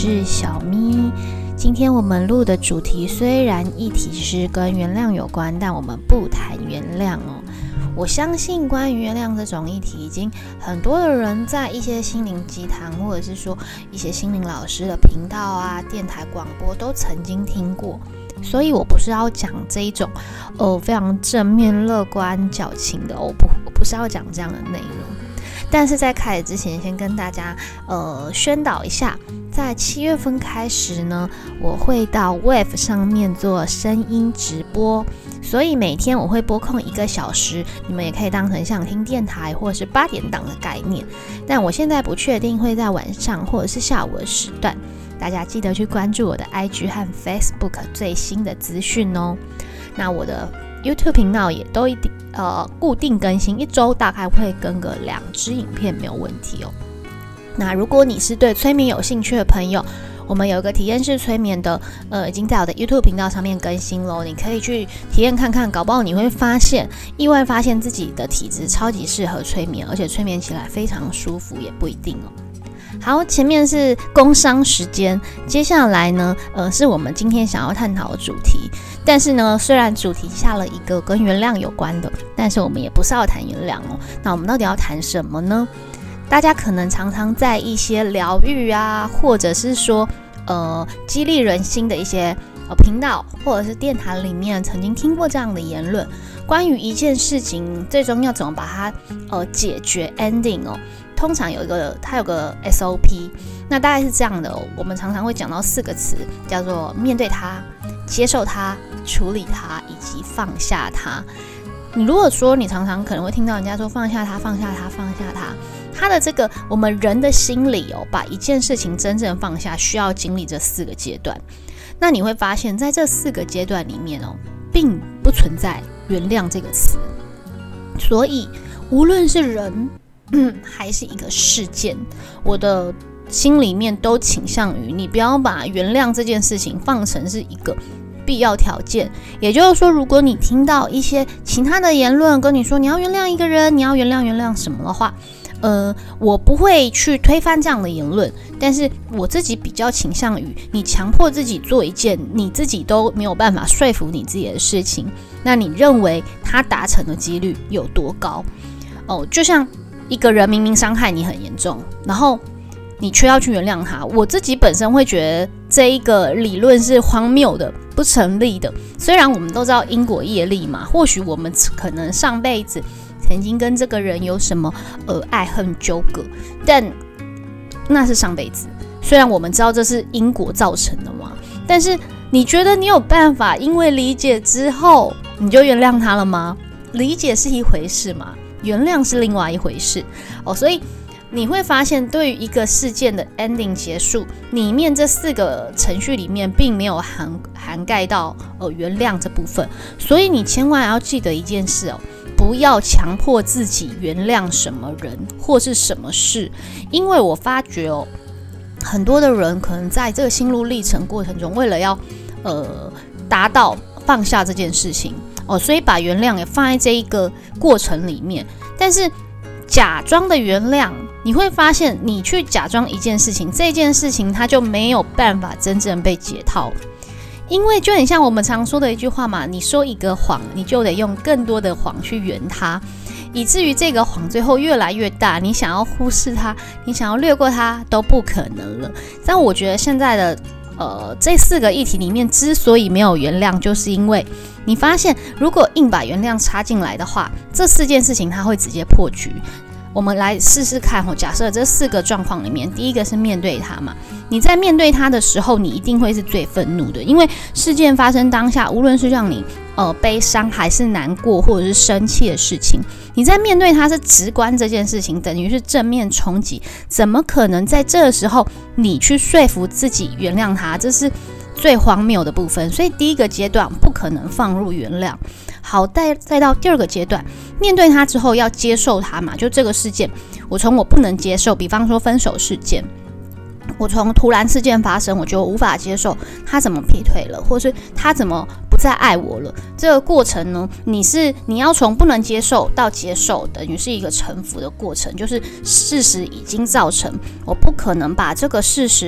是小咪。今天我们录的主题虽然议题是跟原谅有关，但我们不谈原谅哦。我相信关于原谅这种议题，已经很多的人在一些心灵鸡汤，或者是说一些心灵老师的频道啊、电台广播都曾经听过。所以我不是要讲这一种非常正面、乐观、矫情的，我不是要讲这样的内容。但是在开始之前，先跟大家宣导一下，在7月份开始呢，我会到 Wave 上面做声音直播，所以每天我会播控1个小时，你们也可以当成像听电台或者是8点档的概念。但我现在不确定会在晚上或者是下午的时段，大家记得去关注我的 IG 和 Facebook 最新的资讯哦。那我的 YouTube 频道也都固定更新，1周大概会更个2支影片，没有问题哦。那如果你是对催眠有兴趣的朋友，我们有一个体验式催眠的，已经在我的 YouTube 频道上面更新咯，你可以去体验看看，搞不好你会意外发现自己的体质超级适合催眠，而且催眠起来非常舒服，也不一定哦。好，前面是工商时间，接下来呢，是我们今天想要探讨的主题。但是呢，虽然主题下了一个跟原谅有关的，但是我们也不是要谈原谅哦。那我们到底要谈什么呢？大家可能常常在一些疗愈啊，或者是说激励人心的一些频道或者是电台里面，曾经听过这样的言论，关于一件事情最终要怎么把它解决 ending 哦。通常它有个 SOP， 那大概是这样的哦。我们常常会讲到4个词，叫做面对它、接受它、处理它以及放下它。你如果说你常常可能会听到人家说放下它、放下它、放下它，它的这个我们人的心理哦，把一件事情真正放下，需要经历这4个阶段。那你会发现在这4个阶段里面哦，并不存在原谅这个词。所以无论是人还是一个事件，我的心里面都倾向于你不要把原谅这件事情放成是一个必要条件。也就是说，如果你听到一些其他的言论跟你说你要原谅一个人，你要原谅什么的话，我不会去推翻这样的言论，但是我自己比较倾向于你强迫自己做一件你自己都没有办法说服你自己的事情，那你认为它达成的几率有多高？就像一个人明明伤害你很严重，然后你却要去原谅他，我自己本身会觉得这一个理论是荒谬的、不成立的。虽然我们都知道因果业力嘛，或许我们可能上辈子曾经跟这个人有什么爱恨纠葛，但那是上辈子。虽然我们知道这是因果造成的嘛，但是你觉得你有办法因为理解之后你就原谅他了吗？理解是一回事嘛，原谅是另外一回事所以你会发现，对于一个事件的 ending 结束，里面这4个程序里面并没有涵盖到原谅这部分。所以你千万要记得一件事不要强迫自己原谅什么人或是什么事，因为我发觉很多的人可能在这个心路历程过程中，为了要达到放下这件事情所以把原谅也放在这一个过程里面。但是假装的原谅，你会发现你去假装一件事情，这件事情它就没有办法真正被解套。因为就很像我们常说的一句话嘛，你说一个谎，你就得用更多的谎去圆它，以至于这个谎最后越来越大，你想要忽视它，你想要略过它都不可能了。但我觉得现在的这4个议题里面之所以没有原谅，就是因为你发现如果硬把原谅插进来的话，这4件事情它会直接破局。我们来试试看假设这4个状况里面，第一个是面对它嘛，你在面对它的时候，你一定会是最愤怒的，因为事件发生当下，无论是让你悲伤还是难过或者是生气的事情，你在面对它是直观这件事情，等于是正面冲击，怎么可能在这个时候你去说服自己原谅它？这是最荒谬的部分。所以第一个阶段不可能放入原谅。好，再到第2个阶段，面对它之后要接受它嘛，就这个事件，我从我不能接受，比方说分手事件，我从突然事件发生，我就无法接受他怎么劈腿了，或是他怎么不再爱我了。这个过程呢，你要从不能接受到接受，等于是一个臣服的过程，就是事实已经造成，我不可能把这个事实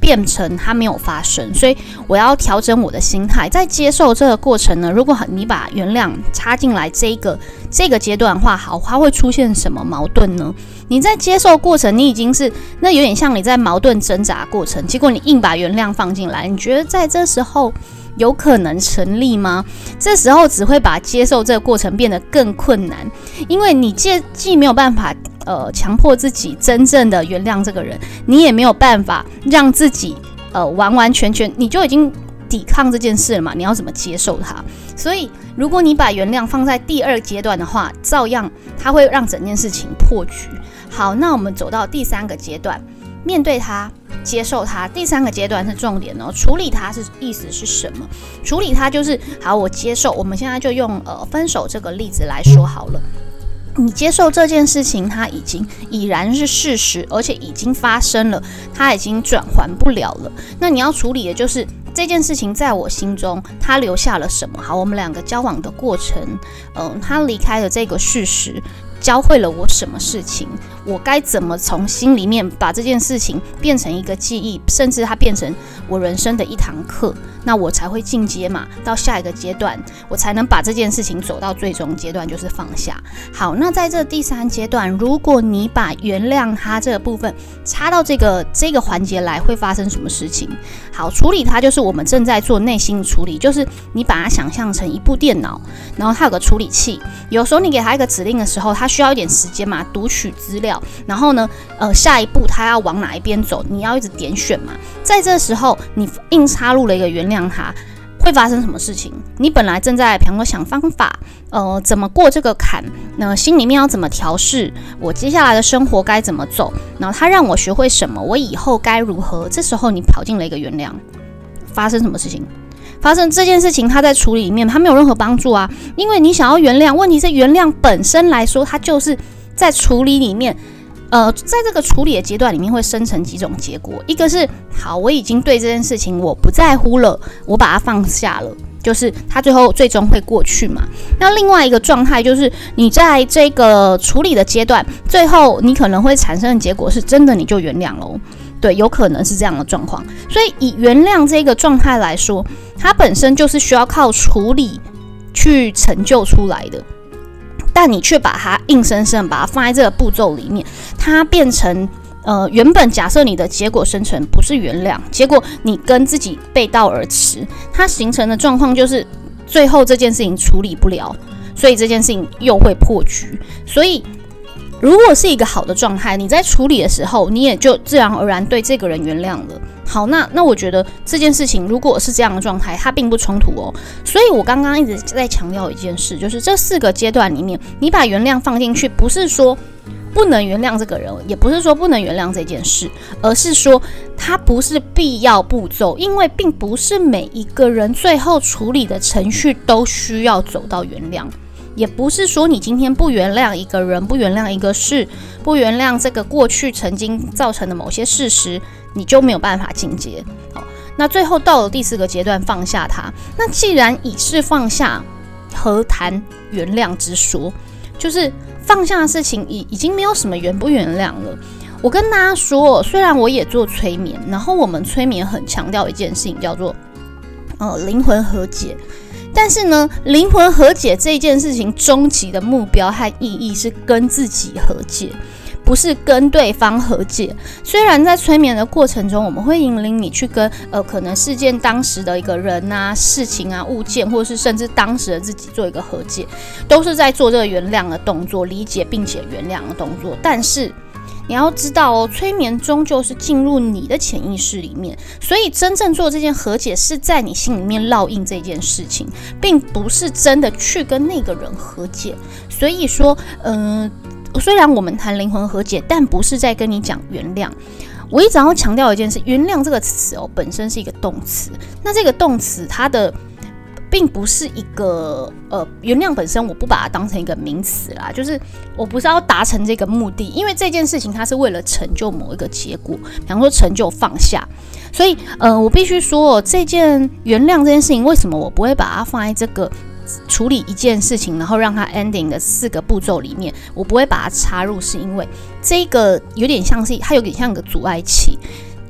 变成它没有发生，所以我要调整我的心态，在接受这个过程呢。如果你把原谅插进来这个阶段的话，好，它会出现什么矛盾呢？你在接受过程，你已经是那有点像你在矛盾挣扎过程，结果你硬把原谅放进来，你觉得在这时候有可能成立吗？这时候只会把接受这个过程变得更困难，因为你既没有办法强迫自己真正的原谅这个人，你也没有办法让自己完完全全，你就已经抵抗这件事了嘛，你要怎么接受它？所以如果你把原谅放在第二阶段的话，照样它会让整件事情破局。好，那我们走到第三个阶段，面对它，接受它。第三个阶段是重点哦，处理它意思是什么？处理它就是好，我接受。我们现在就用分手这个例子来说好了。你接受这件事情，它已然是事实，而且已经发生了，它已经转换不了了。那你要处理的就是这件事情在我心中它留下了什么？好，我们两个交往的过程，他离开了这个事实，教会了我什么事情？我该怎么从心里面把这件事情变成一个记忆，甚至它变成我人生的一堂课，那我才会进阶嘛，到下一个阶段，我才能把这件事情走到最终阶段，就是放下。好，那在这第三阶段，如果你把原谅它这个部分插到这个环节来，会发生什么事情？好，处理它就是我们正在做内心处理，就是你把它想象成一部电脑，然后它有个处理器，有时候你给它一个指令的时候，它需要一点时间嘛，读取资料，然后呢，下一步它要往哪一边走，你要一直点选嘛。在这时候，你硬插入了一个原谅它，会发生什么事情？你本来正在，比方说想方法，怎么过这个坎，心里面要怎么调试，我接下来的生活该怎么走，然后它让我学会什么，我以后该如何？这时候你跑进了一个原谅，发生什么事情？发生这件事情，它在处理里面它没有任何帮助啊，因为你想要原谅，问题是原谅本身来说，它就是在处理里面。在这个处理的阶段里面会生成几种结果，一个是好，我已经对这件事情我不在乎了，我把它放下了，就是它最终会过去嘛。那另外一个状态就是你在这个处理的阶段，最后你可能会产生的结果是真的你就原谅了，对，有可能是这样的状况。所以以原谅这个状态来说，它本身就是需要靠处理去成就出来的。但你却把它硬生生把它放在这个步骤里面，它变成原本假设你的结果生成不是原谅，结果你跟自己背道而驰，它形成的状况就是最后这件事情处理不了，所以这件事情又会破局。所以如果是一个好的状态，你在处理的时候，你也就自然而然对这个人原谅了。好，那我觉得这件事情如果是这样的状态，它并不冲突哦。所以我刚刚一直在强调一件事，就是这4个阶段里面，你把原谅放进去，不是说不能原谅这个人，也不是说不能原谅这件事，而是说它不是必要步骤，因为并不是每一个人最后处理的程序都需要走到原谅。也不是说你今天不原谅一个人，不原谅一个事，不原谅这个过去曾经造成的某些事实，你就没有办法进阶。好，那最后到了第4个阶段，放下它。那既然已是放下，何谈原谅之说？就是放下的事情已经没有什么原不原谅了。我跟大家说，虽然我也做催眠，然后我们催眠很强调一件事情，叫做灵魂和解。但是呢，灵魂和解这件事情终极的目标和意义是跟自己和解，不是跟对方和解。虽然在催眠的过程中，我们会引领你去跟可能事件当时的一个人啊、事情啊、物件，或是甚至当时的自己做一个和解，都是在做这个原谅的动作，理解并且原谅的动作。但是你要知道哦，催眠终究是进入你的潜意识里面，所以真正做这件和解是在你心里面烙印这件事情，并不是真的去跟那个人和解。所以说，虽然我们谈灵魂和解，但不是在跟你讲原谅。我一直要强调一件事，原谅这个词哦，本身是一个动词。那这个动词它的并不是一个原谅本身，我不把它当成一个名词啦，就是我不是要达成这个目的，因为这件事情它是为了成就某一个结果，比方说成就放下。所以我必须说，这件原谅这件事情，为什么我不会把它放在这个处理一件事情，然后让它 ending 的4个步骤里面，我不会把它插入，是因为这个有点像是它有点像一个阻碍器。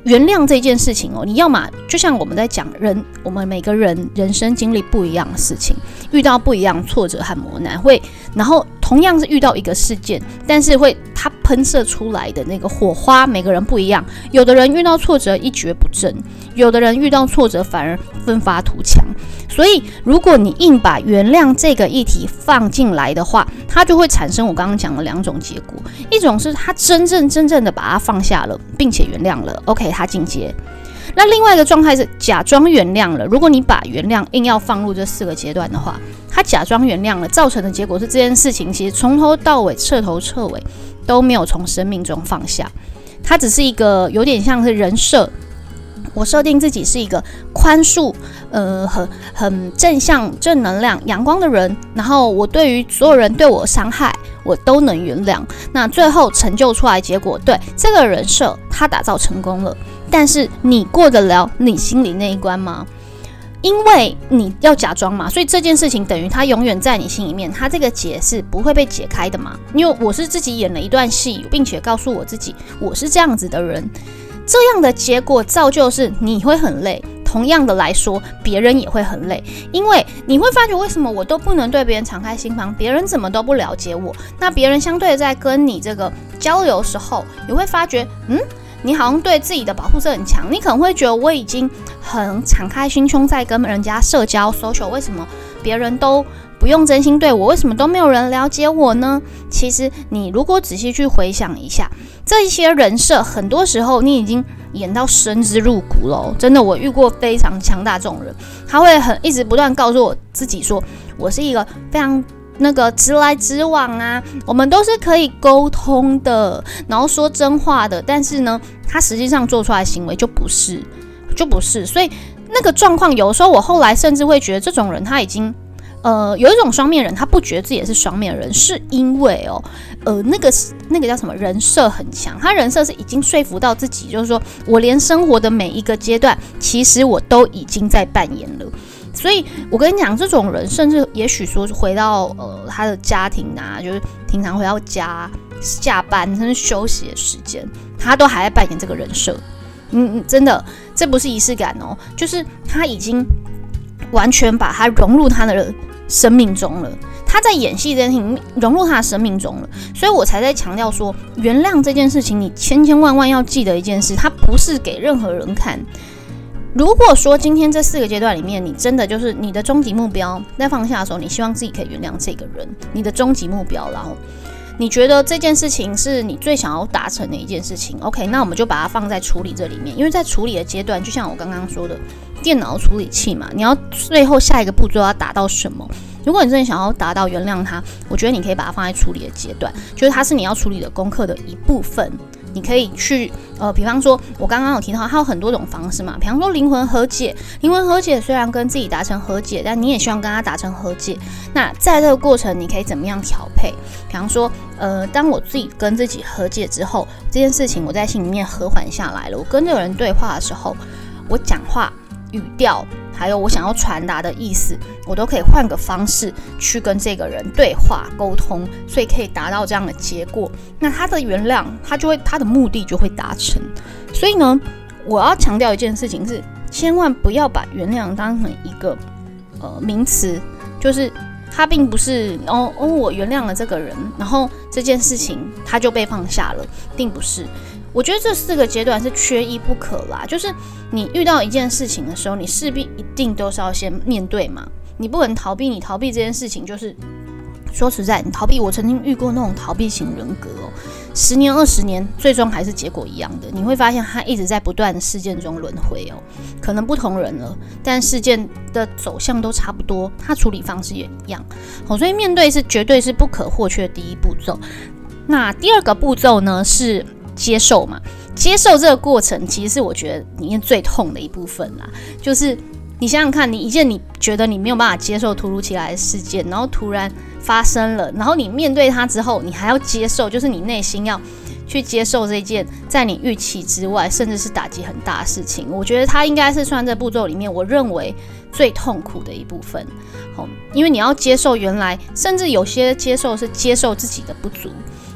原谅这件事情哦，你要嘛就像我们在讲我们每个人人生经历不一样的事情，遇到不一样的挫折和磨难，然后同样是遇到一个事件，但是它喷射出来的那个火花，每个人不一样。有的人遇到挫折一蹶不振，有的人遇到挫折反而奋发图强。所以，如果你硬把原谅这个议题放进来的话，它就会产生我刚刚讲的2种结果。一种是他真正的把它放下了，并且原谅了 ，OK， 他进阶。那另外一个状态是假装原谅了。如果你把原谅硬要放入这4个阶段的话，他假装原谅了，造成的结果是这件事情其实从头到尾、彻头彻尾都没有从生命中放下。它只是一个有点像是人设。我设定自己是一个宽恕、很正向、正能量、阳光的人，然后我对于所有人对我的伤害，我都能原谅。那最后成就出来结果，对这个人设他打造成功了，但是你过得了你心里那一关吗？因为你要假装嘛，所以这件事情等于它永远在你心里面，它这个结是不会被解开的嘛。因为我是自己演了一段戏，并且告诉我自己我是这样子的人。这样的结果造就是你会很累，同样的来说，别人也会很累，因为你会发觉为什么我都不能对别人敞开心房，别人怎么都不了解我。那别人相对的在跟你这个交流的时候，你会发觉，你好像对自己的保护色很强，你可能会觉得我已经很敞开心胸在跟人家社交 social， 为什么别人都不用真心对我，为什么都没有人了解我呢？其实你如果仔细去回想一下，这些人设很多时候你已经演到深之入骨了。真的，我遇过非常强大这种人，他会一直不断告诉我自己说，我是一个非常直来直往啊，我们都是可以沟通的，然后说真话的。但是呢，他实际上做出来的行为就不是。所以那个状况，有时候我后来甚至会觉得，这种人他已经有一种双面人，他不觉得自己也是双面人，是因为那个叫什么人设很强，他人设是已经说服到自己，就是说我连生活的每一个阶段，其实我都已经在扮演了。所以我跟你讲，这种人甚至也许说回到他的家庭啊，就是平常回到家下班甚至休息的时间，他都还在扮演这个人设。真的，这不是仪式感哦，就是他已经完全把它融入他的生命中了。他在演戏这件事情融入他的生命中了，所以我才在强调说，原谅这件事情，你千万要记得一件事，它不是给任何人看。如果说今天这4个阶段里面，你真的就是你的终极目标，在放下的时候，你希望自己可以原谅这个人，你的终极目标，然后你觉得这件事情是你最想要达成的一件事情 ，OK， 那我们就把它放在处理这里面，因为在处理的阶段，就像我刚刚说的，电脑处理器嘛，你要最后下一个步骤要达到什么？如果你真的想要达到原谅它，我觉得你可以把它放在处理的阶段，就是它是你要处理的功课的一部分。你可以去比方说我刚刚有提到它有很多种方式嘛，比方说灵魂和解虽然跟自己达成和解，但你也希望跟他达成和解。那在这个过程你可以怎么样调配？比方说当我自己跟自己和解之后，这件事情我在心里面和缓下来了，我跟这个人对话的时候，我讲话语调还有我想要传达的意思，我都可以换个方式去跟这个人对话沟通，所以可以达到这样的结果。那他的原谅，他的目的就会达成。所以呢，我要强调一件事情是，千万不要把原谅当成一个名词，就是他并不是我原谅了这个人，然后这件事情他就被放下了，并不是。我觉得这4个阶段是缺一不可啦，就是你遇到一件事情的时候，你势必一定都是要先面对嘛，你不能逃避。你逃避这件事情，就是说实在，你逃避，我曾经遇过那种逃避型人格10年20年，最终还是结果一样的。你会发现他一直在不断的事件中轮回可能不同人了，但事件的走向都差不多，他处理方式也一样所以面对是绝对是不可或缺的第一步骤。那第2个步骤呢是接受嘛，接受这个过程其实是我觉得里面最痛的一部分啦。就是你想想看，你一件你觉得你没有办法接受突如其来的事件，然后突然发生了，然后你面对它之后，你还要接受，就是你内心要去接受这件在你预期之外，甚至是打击很大的事情。我觉得它应该是算这步骤里面我认为最痛苦的一部分因为你要接受原来，甚至有些接受是接受自己的不足。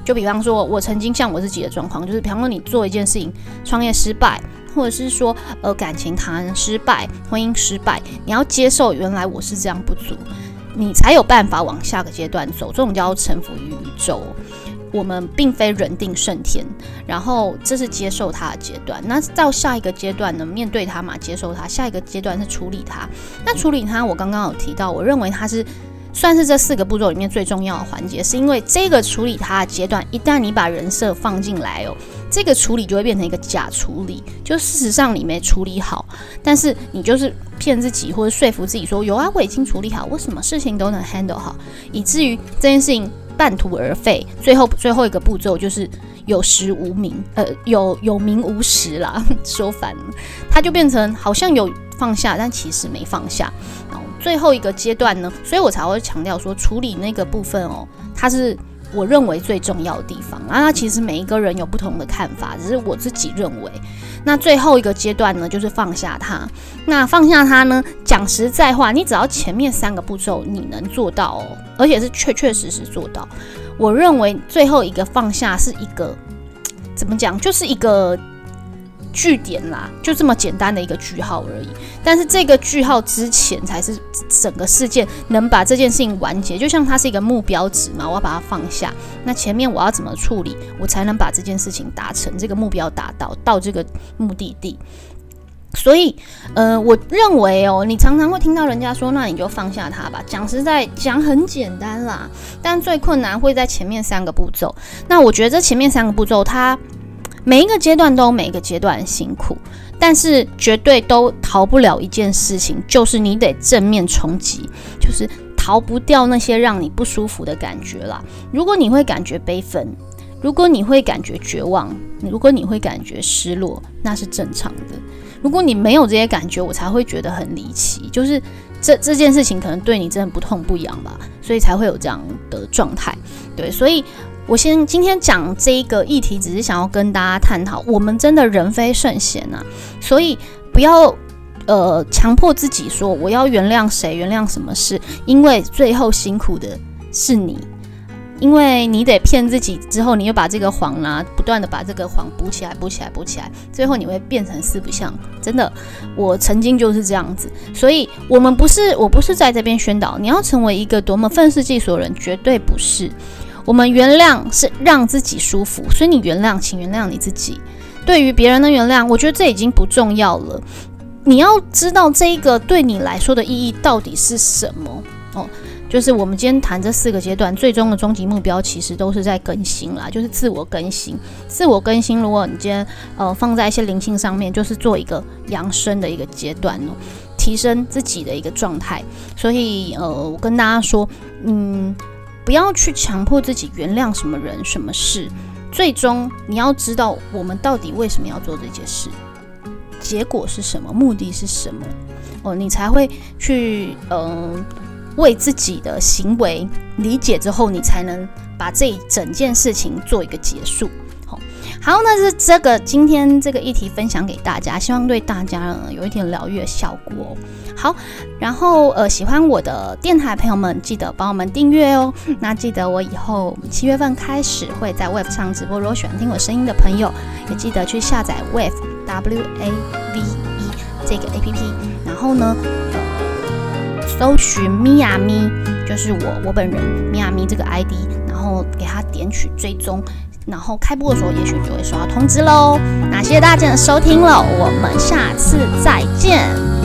就比方说我曾经像我自己的状况，就是比方说你做一件事情创业失败，或者是说感情谈失败、婚姻失败，你要接受原来我是这样不足，你才有办法往下个阶段走，这种叫臣服于宇宙。我们并非人定胜天，然后这是接受它的阶段。那到下一个阶段呢？面对它嘛，接受它。下一个阶段是处理它。那处理它，我刚刚有提到，我认为它是算是这4个步骤里面最重要的环节，是因为这个处理它的阶段，一旦你把人设放进来这个处理就会变成一个假处理，就事实上你没处理好，但是你就是骗自己或者说服自己说有啊，我已经处理好，我什么事情都能 handle 好，以至于这件事情半途而废，最后一个步骤就是有实无名，有名无实啦，说反了，它就变成好像有放下，但其实没放下。然后最后一个阶段呢，所以我才会强调说，处理那个部分它是我认为最重要的地方啊。那其实每一个人有不同的看法，只是我自己认为。那最后一个阶段呢，就是放下它。那放下它呢，讲实在话，你只要前面3个步骤你能做到而且是确实做到。我认为最后一个放下是一个怎么讲，就是一个句点啦，就这么简单的一个句号而已。但是这个句号之前才是整个事件能把这件事情完结，就像它是一个目标值嘛，我要把它放下。那前面我要怎么处理，我才能把这件事情达成，这个目标达到这个目的地。所以我认为你常常会听到人家说，那你就放下它吧。讲实在讲很简单啦，但最困难会在前面3个步骤。那我觉得这前面3个步骤，它每一个阶段都有每一个阶段的辛苦，但是绝对都逃不了一件事情，就是你得正面冲击，就是逃不掉那些让你不舒服的感觉啦。如果你会感觉悲愤，如果你会感觉绝望，如果你会感觉失落，那是正常的。如果你没有这些感觉，我才会觉得很离奇，就是这件事情可能对你真的不痛不痒吧，所以才会有这样的状态。对，所以我今天讲这一个议题，只是想要跟大家探讨，我们真的人非圣贤啊，所以不要强迫自己说我要原谅谁，原谅什么事，因为最后辛苦的是你。因为你得骗自己之后，你又把这个谎不断的把这个谎补起来，最后你会变成4不像。真的，我曾经就是这样子。所以我不是在这边宣导你要成为一个多么愤世嫉俗的人，绝对不是。我们原谅是让自己舒服，所以你原谅，请原谅你自己。对于别人的原谅，我觉得这已经不重要了。你要知道这一个对你来说的意义到底是什么就是我们今天谈这4个阶段，最终的终极目标其实都是在更新啦，就是自我更新。自我更新，如果你今天放在一些灵性上面，就是做一个扬升的一个阶段提升自己的一个状态。所以我跟大家说，不要去强迫自己原谅什么人什么事，最终你要知道我们到底为什么要做这件事，结果是什么，目的是什么你才会去为自己的行为理解之后，你才能把这整件事情做一个结束。好，那是这个今天这个议题分享给大家，希望对大家有一点疗愈的效果好，然后喜欢我的电台朋友们，记得帮我们订阅那记得我以后7月份开始会在 Wave 上直播，如果喜欢听我声音的朋友，也记得去下载 Wave WAVE 这个 APP， 然后呢搜寻咪呀咪，就是我本人咪呀咪这个 ID， 然后给它点取追踪，然后开播的时候也许就会收到通知咯。那谢谢大家的收听了，我们下次再见。